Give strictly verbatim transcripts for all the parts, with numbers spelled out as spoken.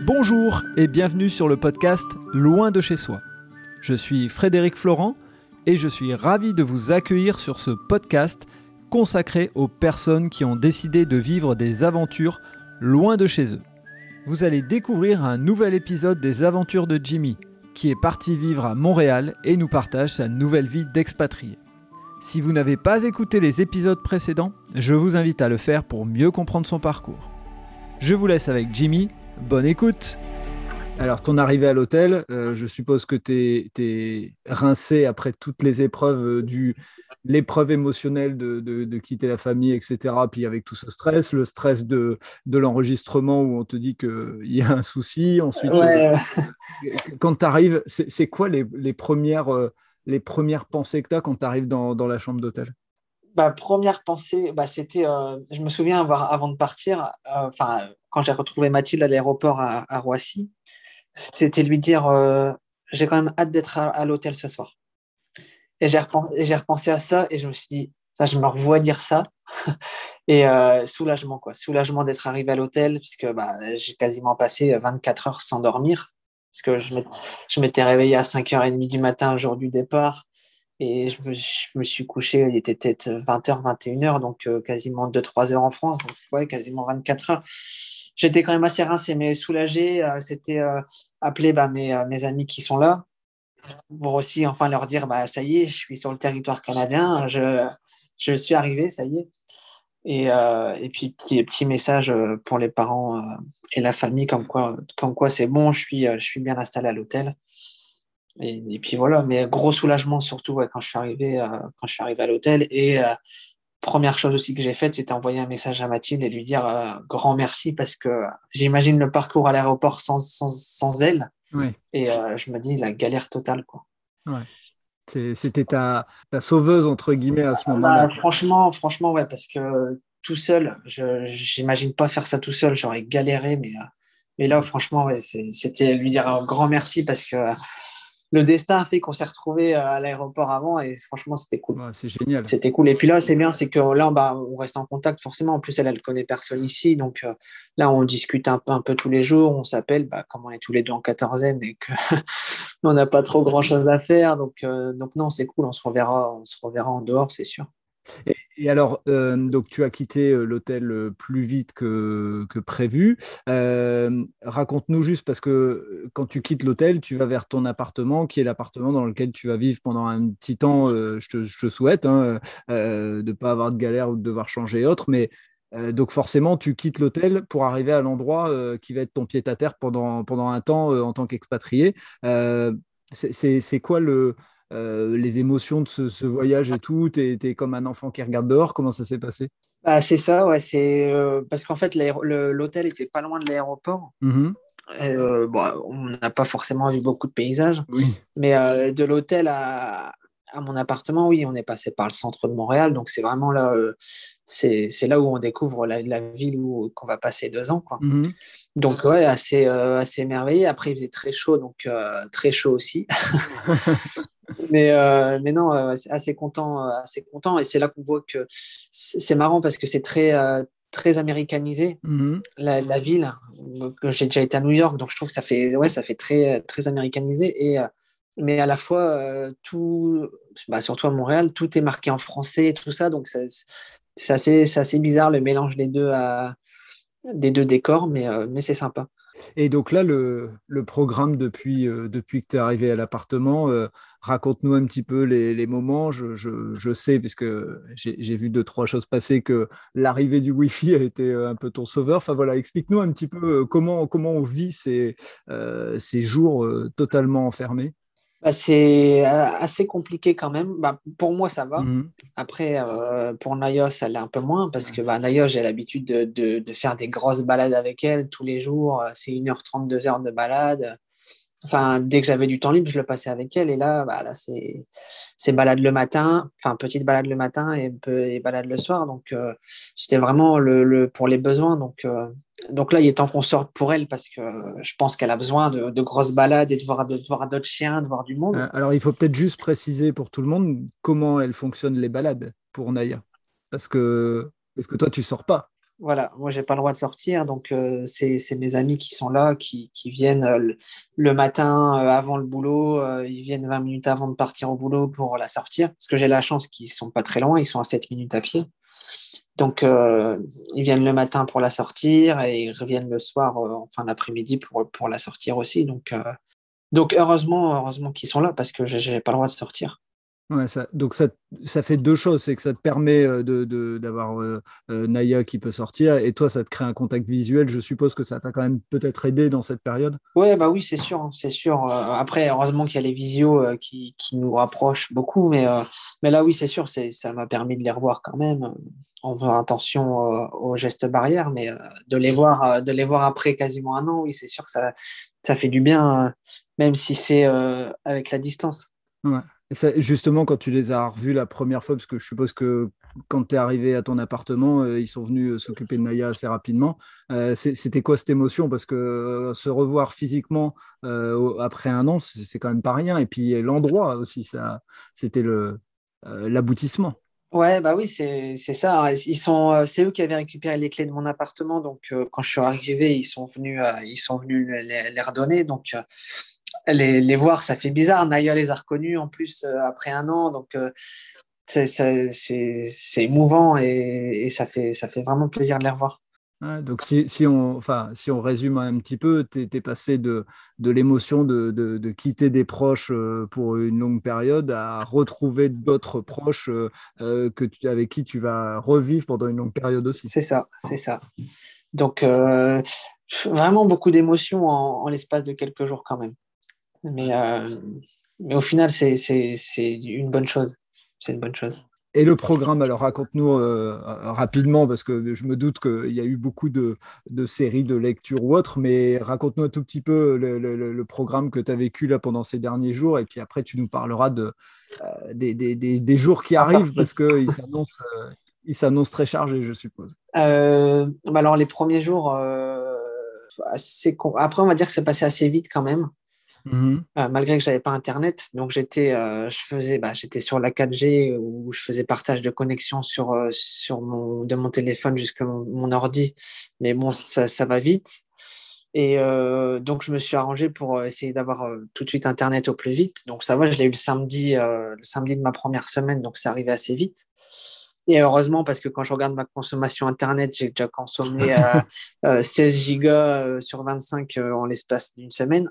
Bonjour et bienvenue sur le podcast Loin de chez soi. Je suis Frédéric Florent et je suis ravi de vous accueillir sur ce podcast consacré aux personnes qui ont décidé de vivre des aventures loin de chez eux. Vous allez découvrir un nouvel épisode des aventures de Jimmy, qui est parti vivre à Montréal et nous partage sa nouvelle vie d'expatrié. Si vous n'avez pas écouté les épisodes précédents, je vous invite à le faire pour mieux comprendre son parcours. Je vous laisse avec Jimmy. Bonne écoute. Alors, ton arrivée à l'hôtel, euh, je suppose que tu es rincé après toutes les épreuves, euh, du, l'épreuve émotionnelle de, de, de quitter la famille, et cetera. Puis avec tout ce stress, le stress de, de l'enregistrement où on te dit qu'il y a un souci. Ensuite, Ouais. euh, quand tu arrives, c'est, c'est quoi les, les, premières, euh, les premières pensées que tu as quand tu arrives dans, dans la chambre d'hôtel? Bah, première pensée, bah, c'était, euh, je me souviens avoir, avant de partir, enfin, euh, quand j'ai retrouvé Mathilde à l'aéroport à, à Roissy, c'était lui dire, euh, j'ai quand même hâte d'être à, à l'hôtel ce soir. Et j'ai repensé, et j'ai repensé à ça et je me suis dit, ça, je me revois dire ça. Et euh, soulagement, quoi. Soulagement d'être arrivé à l'hôtel, puisque bah, j'ai quasiment passé vingt-quatre heures sans dormir. Parce que je m'étais, je m'étais réveillé à cinq heures trente du matin le jour du départ. Et je me, je me suis couché, il était peut-être vingt heures, vingt et une heures, donc euh, quasiment deux trois heures en France. Donc, ouais, quasiment vingt-quatre heures. J'étais quand même assez rincé, mais soulagé. Euh, c'était euh, appeler bah, mes, euh, mes amis qui sont là pour aussi enfin leur dire bah, ça y est, je suis sur le territoire canadien, je, je suis arrivé, ça y est. Et, euh, et puis, petit, petit message pour les parents euh, et la famille, comme quoi, comme quoi c'est bon, je suis, euh, je suis bien installé à l'hôtel. Et, et puis voilà, mais gros soulagement surtout ouais, quand, je suis arrivé, euh, quand je suis arrivé à l'hôtel. Et euh, première chose aussi que j'ai faite, c'était envoyer un message à Mathilde et lui dire euh, grand merci parce que j'imagine le parcours à l'aéroport sans, sans, sans elle. Oui. Et euh, je me dis la galère totale, quoi. Ouais. C'est, c'était ta, ta sauveuse, entre guillemets, à ce moment-là. Bah, franchement, franchement, ouais, parce que tout seul, je j'imagine pas faire ça tout seul, j'aurais galéré, mais, euh, mais là, franchement, ouais, c'est- c'était lui dire un grand merci parce que euh, le destin a fait qu'on s'est retrouvés euh, à l'aéroport avant et franchement, c'était cool. Ouais, c'est génial. C'était cool. Et puis là, c'est bien, c'est que là, bah, on reste en contact forcément. En plus, elle, elle connaît personne ici. Donc euh, là, on discute un peu, un peu tous les jours. On s'appelle, bah, comme on est tous les deux en quatorzaine et que on n'a pas trop grand-chose à faire. Donc, euh, donc non, c'est cool. On se reverra, on se reverra en dehors, c'est sûr. Et, et alors, euh, donc tu as quitté euh, l'hôtel euh, plus vite que, que prévu. Euh, raconte-nous juste, parce que euh, quand tu quittes l'hôtel, tu vas vers ton appartement, qui est l'appartement dans lequel tu vas vivre pendant un petit temps. Euh, je te, je te souhaite hein, euh, de ne pas avoir de galère ou de devoir changer et autres. Mais euh, donc forcément, tu quittes l'hôtel pour arriver à l'endroit euh, qui va être ton pied-à-terre pendant, pendant un temps euh, en tant qu'expatrié. Euh, c'est, c'est, c'est quoi le euh, les émotions de ce, ce voyage et tout? T'es, t'es comme un enfant qui regarde dehors. Comment ça s'est passé? Bah, c'est ça, ouais, c'est euh, parce qu'en fait, l'aéro- le- l'hôtel était pas loin de l'aéroport. Mhm. Euh, bon, on n'a pas forcément vu beaucoup de paysages, Oui. mais euh, de l'hôtel à, à mon appartement, oui, on est passé par le centre de Montréal, donc c'est vraiment là, euh, c'est, c'est là où on découvre la, la ville où qu'on va passer deux ans, quoi. Mhm. Donc ouais, assez, euh, assez émerveillé. Après, il faisait très chaud, donc euh, très chaud aussi. Mais, euh, mais non, euh, c'est assez content, euh, assez content. Et c'est là qu'on voit que c'est c'est marrant parce que c'est très, euh, très américanisé, Mhm. la, la ville. Donc, j'ai déjà été à New York, donc je trouve que ça fait, ouais, ça fait très, très américanisé. Et, euh, mais à la fois, euh, tout, bah, surtout à Montréal, tout est marqué en français et tout ça. Donc c'est c'est assez, c'est assez bizarre le mélange des deux, à, des deux décors, mais, euh, mais c'est sympa. Et donc là, le, le programme depuis, euh, depuis que tu es arrivé à l'appartement, euh, raconte-nous un petit peu les, les moments. Je, je, je sais, puisque j'ai j'ai vu deux, trois choses passer, que l'arrivée du Wi-Fi a été euh, un peu ton sauveur. Enfin voilà, explique-nous un petit peu euh, comment, comment on vit ces, euh, ces jours euh, totalement enfermés. Bah, c'est euh, assez compliqué quand même. Bah, pour moi, ça va. Mhm. Après, euh, pour Naya, ça l'est un peu moins parce Ouais. que bah, Naya, j'ai l'habitude de, de, de faire des grosses balades avec elle tous les jours. Euh, C'est une heure trente, deux heures de balade. Enfin, dès que j'avais du temps libre, je le passais avec elle. Et là, bah, là c'est, c'est balade le matin, enfin, petite balade le matin et, un peu, et balade le soir. Donc, euh, c'était vraiment le, le, pour les besoins. Donc, euh, donc là, il est temps qu'on sorte pour elle parce que je pense qu'elle a besoin de, de grosses balades et de voir, de, de voir d'autres chiens, de voir du monde. Euh, Alors, il faut peut-être juste préciser pour tout le monde comment elles fonctionnent les balades pour Naya. Parce que, parce que toi, tu sors pas. Voilà, moi, j'ai pas le droit de sortir, donc euh, c'est, c'est mes amis qui sont là, qui, qui viennent euh, le, le matin euh, avant le boulot, euh, ils viennent vingt minutes avant de partir au boulot pour la sortir, parce que j'ai la chance qu'ils sont pas très loin, ils sont à sept minutes à pied. Donc, euh, ils viennent le matin pour la sortir et ils reviennent le soir, euh, en fin d'après-midi pour, pour la sortir aussi. Donc, euh, donc heureusement, heureusement qu'ils sont là, parce que j'ai j'ai pas le droit de sortir. Ouais, ça, donc ça, ça fait deux choses, c'est que ça te permet euh, de, de- d'avoir euh, euh, Naya qui peut sortir et toi, ça te crée un contact visuel. Je suppose que ça t'a quand même peut-être aidé dans cette période. Ouais, bah oui, c'est sûr, hein, c'est sûr. Euh, après, heureusement qu'il y a les visios euh, qui, qui nous rapprochent beaucoup, mais, euh, mais là, oui, c'est sûr, c'est, ça m'a permis de les revoir quand même, euh, en faisant attention euh, aux gestes barrières, mais euh, de les voir, euh, de les voir après quasiment un an, oui, c'est sûr que ça, ça fait du bien, euh, même si c'est euh, avec la distance. Ouais. Et ça, justement, quand tu les as revus la première fois, parce que je suppose que quand tu es arrivé à ton appartement, euh, ils sont venus euh, s'occuper de Naya assez rapidement. Euh, c'est- c'était quoi cette émotion? Parce que euh, se revoir physiquement euh, au- après un an, c'est c'est quand même pas rien. Et puis l'endroit aussi, ça, c'était le, euh, l'aboutissement. Ouais, bah oui, c'est c'est ça, hein. Ils sont, euh, c'est eux qui avaient récupéré les clés de mon appartement, donc euh, quand je suis arrivé, ils sont venus, euh, ils sont venus les, les redonner, donc euh, les, les voir, ça fait bizarre. Naya les a reconnus en plus euh, après un an, donc euh, c'est c'est c'est- c'est émouvant et, et ça fait ça fait vraiment plaisir de les revoir. Ouais, donc si, si on, enfin, si on résume un petit peu, tu es passé de, de l'émotion de, de- de quitter des proches euh, pour une longue période à retrouver d'autres proches euh, euh, que tu, avec qui tu vas revivre pendant une longue période aussi. C'est ça, c'est ça. Donc euh, vraiment beaucoup d'émotions en, en l'espace de quelques jours quand même. Mais euh, mais au final, c'est c'est c'est une bonne chose. C'est une bonne chose. Et le programme, alors raconte-nous euh, rapidement, parce que je me doute qu'il y a eu beaucoup de, de séries, de lectures ou autres, mais raconte-nous un tout petit peu le, le- le programme que tu as vécu là pendant ces derniers jours, et puis après tu nous parleras de, euh, des, des- des- des jours qui Ah, ça. arrivent, parce qu'ils s'annoncent euh, ils s'annoncent très chargés, je suppose. Euh, bah alors les premiers jours, euh, assez con- après on va dire que c'est passé assez vite quand même, Mhm. euh, malgré que j'avais pas internet. Donc j'étais, euh, je faisais, bah, j'étais sur la quatre G où je faisais partage de connexion sur euh, sur mon de mon téléphone jusqu'à mon, mon ordi. Mais bon, ça, ça va vite. Et euh, donc je me suis arrangé pour euh, essayer d'avoir euh, tout de suite internet au plus vite. Donc ça va, je l'ai eu le samedi, euh, le samedi de ma première semaine, donc c'est arrivé assez vite. Et heureusement, parce que quand je regarde ma consommation Internet, j'ai déjà consommé euh, euh, seize gigas euh, sur vingt-cinq euh, en l'espace d'une semaine.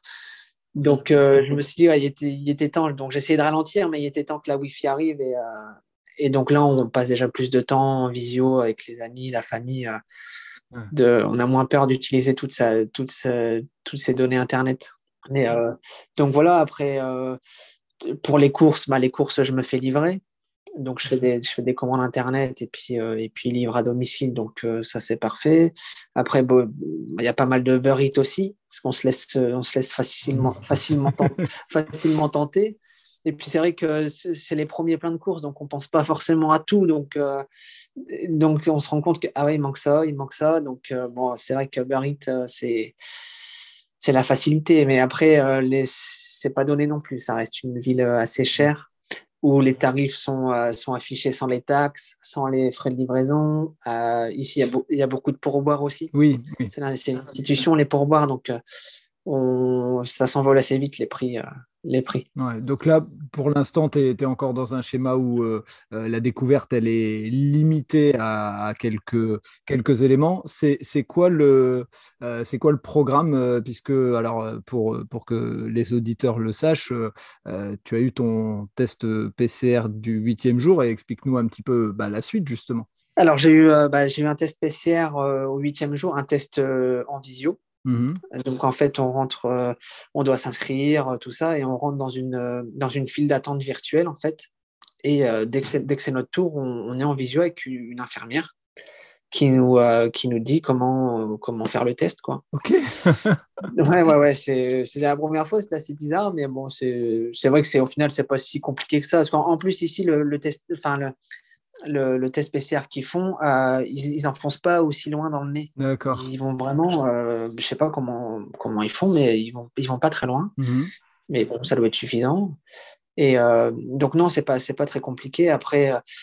Donc, euh, je me suis dit, ouais, il était, il était temps. Donc, j'essayais de ralentir, mais il était temps que la Wi-Fi arrive. Et, euh, et donc là, on passe déjà plus de temps en visio avec les amis, la famille. euh, Ouais. de, on a moins peur d'utiliser toutes, sa, toutes, sa- toutes ces données Internet. Mais, euh, donc voilà, après, euh, pour les courses, bah, les courses, je me fais livrer. Donc, je fais des, je fais des commandes Internet et puis, euh, et puis livre à domicile. Donc, euh, ça, c'est parfait. Après, bon, il y a pas mal de Uber Eats aussi, parce qu'on se laisse, on se laisse facilement, facilement, ten- facilement tenter. Et puis, c'est vrai que c'est c'est les premiers pleins de courses, donc on pense pas forcément à tout. Donc, euh, donc on se rend compte que, ah ouais, il manque ça, il manque ça. Donc, euh, bon, c'est vrai que Uber Eats, euh, c'est, c'est la facilité. Mais après, euh, les, c'est pas donné non plus. Ça reste une ville euh, assez chère où les tarifs sont, euh, sont affichés sans les taxes, sans les frais de livraison. Euh, ici, il y, a beau- il y a beaucoup de pourboires aussi. Oui, oui. C'est la- c'est une institution, les pourboires, donc euh, on, ça s'envole assez vite, les prix. euh, les prix. Ouais, donc là, pour l'instant, tu es, encore dans un schéma où euh, euh, la découverte, elle est limitée à, à quelques, quelques éléments. C'est, c'est quoi le, euh, c'est quoi le programme, euh, puisque, alors, euh, pour, pour que les auditeurs le sachent, euh, euh, tu as eu ton test P C R du huitième jour et explique-nous un petit peu bah, la suite, justement. Alors, j'ai eu, euh, bah, j'ai eu un test P C R euh, au huitième jour, un test euh, en visio. Mhm. Donc, en fait, on rentre, euh, on doit s'inscrire, euh, tout ça, et on rentre dans une, euh, dans une file d'attente virtuelle, en fait. Et euh, dès que c'est, dès que c'est notre tour, on, on est en visio avec une, une infirmière qui nous, euh, qui nous dit comment, euh, comment faire le test, quoi. Ok. Ouais, ouais, ouais, c'est, c'est la première fois, c'était assez bizarre, mais bon, c'est, c'est vrai que c'est, au final, c'est pas si compliqué que ça. Parce qu'en en plus, ici, le, le test, enfin, le, le, le test P C R qu'ils font, euh, ils, ils enfoncent pas aussi loin dans le nez. D'accord. Ils vont vraiment, euh, je sais pas comment, comment ils font, mais ils vont, ils vont pas très loin. Mhm. Mais bon, ça doit être suffisant. Et euh, donc, non, c'est pas, c'est pas très compliqué. Après,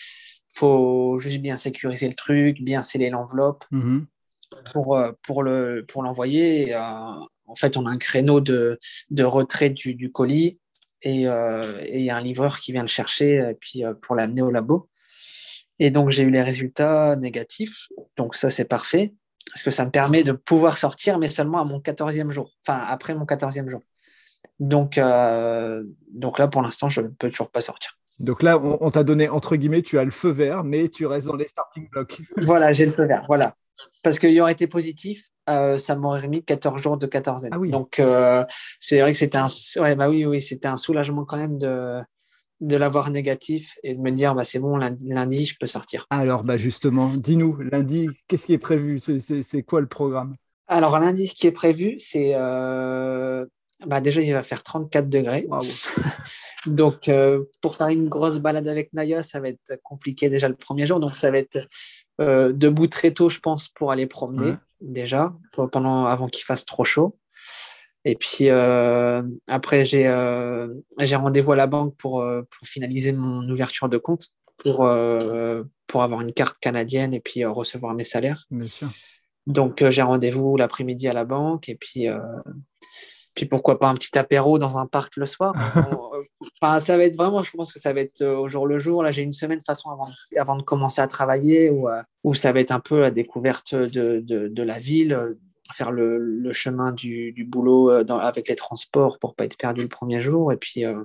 faut juste bien sécuriser le truc, bien sceller l'enveloppe Mmh. pour, euh, pour, le, pour l'envoyer. Et, euh, en fait, on a un créneau de, de retrait du, du colis et euh, et il y a un livreur qui vient le chercher et puis, euh, pour l'amener au labo. Et donc, j'ai eu les résultats négatifs. Donc, ça, c'est parfait parce que ça me permet de pouvoir sortir, mais seulement à mon quatorzième jour, enfin, après mon quatorzième jour. Donc, euh, donc là, pour l'instant, je ne peux toujours pas sortir. Donc là, on, on t'a donné, entre guillemets, tu as le feu vert, mais tu restes dans les starting blocks. Voilà, j'ai le feu vert. Voilà. Parce qu'il aurait été positif, euh, ça m'aurait mis quatorze jours de quatorzaine. Ah oui. Donc, euh, c'est vrai que c'était un, ouais, bah oui, oui, c'était un soulagement quand même de, de l'avoir négatif et de me dire, bah, c'est bon, lundi, lundi, je peux sortir. Alors, bah justement, dis-nous, lundi, qu'est-ce qui est prévu? C'est, c'est, c'est quoi le programme? Alors, lundi, ce qui est prévu, c'est. Euh, bah, déjà, il va faire trente-quatre degrés. Waouh. Donc, euh, pour faire une grosse balade avec Naya, ça va être compliqué déjà le premier jour. Donc, ça va être euh, debout très tôt, je pense, pour aller promener Ouais. déjà, pour- pendant, avant qu'il fasse trop chaud. Et puis, euh, après, j'ai euh, j'ai rendez-vous à la banque pour, euh, pour finaliser mon ouverture de compte, pour, euh, pour avoir une carte canadienne et puis euh, recevoir mes salaires. Bien sûr. Donc, euh, j'ai rendez-vous l'après-midi à la banque et puis, euh, puis pourquoi pas un petit apéro dans un parc le soir. On- Enfin, ça va être vraiment, je pense que ça va être euh, au jour le jour. Là, j'ai une semaine de toute façon avant, avant de commencer à travailler où, euh, où ça va être un peu la découverte de, de, de la ville, euh, faire le, le chemin du, du boulot euh, dans, avec les transports pour pas être perdu le premier jour. Et puis, euh,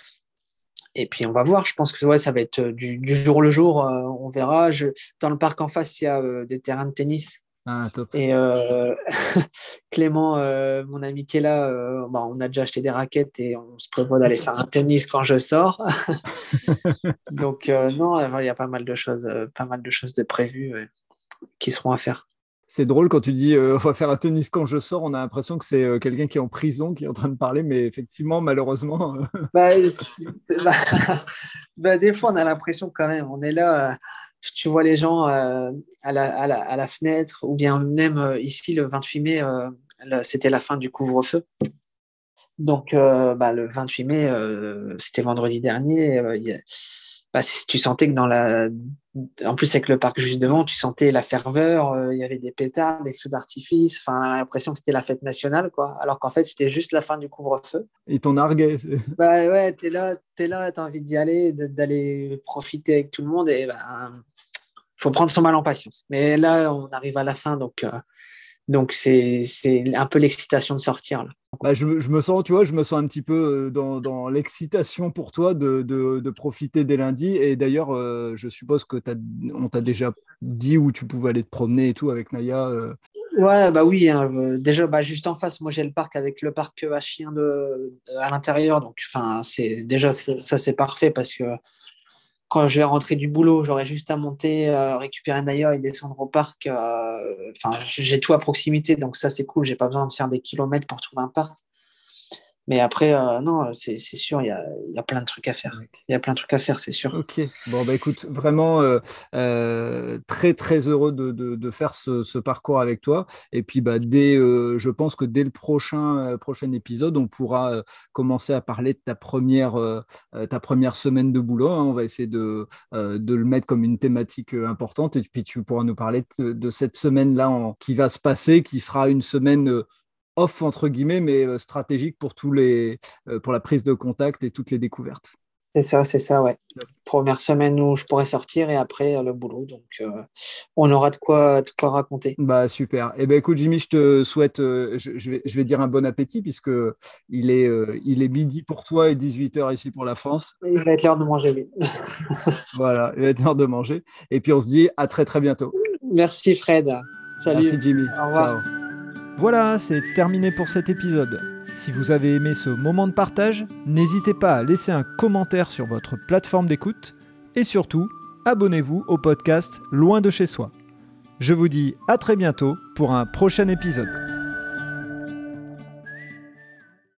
et puis on va voir. Je pense que ouais, ça va être euh, du, du jour le jour. Euh, on verra. Je, dans le parc en face, il y a euh, des terrains de tennis. Ah, top. Et euh, Clément, euh, mon ami qui est là, euh, bah, on a déjà acheté des raquettes et on se prévoit d'aller faire un tennis quand je sors. Donc euh, non, euh, il y a pas mal de choses, euh, pas mal de choses de prévues euh, qui seront à faire. C'est drôle quand tu dis euh, on va faire un tennis quand je sors, on a l'impression que c'est euh, quelqu'un qui est en prison qui est en train de parler, mais effectivement, malheureusement. euh, Bah, c'est- bah, bah, des fois, on a l'impression quand même, on est là, euh, tu vois les gens euh, à la, à la, à la fenêtre, ou bien même euh, ici, le vingt-huit mai, euh, là, c'était la fin du couvre-feu. Donc, euh, bah, le vingt-huit mai, euh, c'était vendredi dernier. Euh, il y a- bah, si- tu sentais que dans la. En plus, avec le parc juste devant, tu sentais la ferveur. Euh, il y avait des pétards, des feux d'artifice. Enfin, on a l'impression que c'était la fête nationale, quoi. Alors qu'en fait, c'était juste la fin du couvre-feu. Ils t'ont nargué. c'est- Bah ouais, t'es là, t'es là, t'as envie d'y aller, de- d'aller profiter avec tout le monde. Et ben, faut prendre son mal en patience. Mais là, on arrive à la fin, donc euh, donc c'est c'est un peu l'excitation de sortir là. Bah, je, me- je me sens, tu vois, je me sens un petit peu euh, dans, dans l'excitation pour toi de, de, de profiter des lundis. Et d'ailleurs, euh, je suppose que t'as, on t'a déjà dit où tu pouvais aller te promener et tout avec Naya. euh. Ouais, bah oui, hein, euh, déjà, bah, juste en face, moi j'ai le parc avec le parc à chiens de, à l'intérieur. Donc, enfin, c'est déjà ça, ça, c'est parfait parce que quand je vais rentrer du boulot, j'aurai juste à monter, euh, récupérer Naya et descendre au parc. euh, Enfin, j'ai tout à proximité, donc ça c'est cool. J'ai pas besoin de faire des kilomètres pour trouver un parc. Mais après, euh, non, c'est c'est sûr, il y a, il y a plein de trucs à faire. Mec. Il y a plein de trucs à faire, c'est sûr. Ok, bon bah écoute, vraiment euh, euh, très très heureux de, de, de faire ce, ce parcours avec toi. Et puis bah dès, euh, je pense que dès le prochain euh, prochain épisode, on pourra euh, commencer à parler de ta première euh, euh, ta première semaine de boulot, hein. On va essayer de euh, de le mettre comme une thématique euh, importante. Et puis tu pourras nous parler de, de cette semaine-là en- qui va se passer, qui sera une semaine euh, off entre guillemets, mais euh, stratégique pour tous les euh, pour la prise de contact et toutes les découvertes. C'est ça, c'est ça, ouais. Première semaine où je pourrais sortir et après euh, le boulot. Donc, euh, on aura de quoi, de quoi raconter. Bah super. Eh ben écoute Jimmy, je te souhaite, euh, je, je vais, je vais dire un bon appétit puisque il est, euh, il est midi pour toi et dix-huit heures ici pour la France. Il va être l'heure de manger. Oui. Voilà, il va être l'heure de manger. Et puis on se dit à très très bientôt. Merci Fred. Salut. Merci Jimmy. Au revoir. Ciao. Voilà, c'est terminé pour cet épisode. Si vous avez aimé ce moment de partage, n'hésitez pas à laisser un commentaire sur votre plateforme d'écoute et surtout, abonnez-vous au podcast Loin de chez soi. Je vous dis à très bientôt pour un prochain épisode.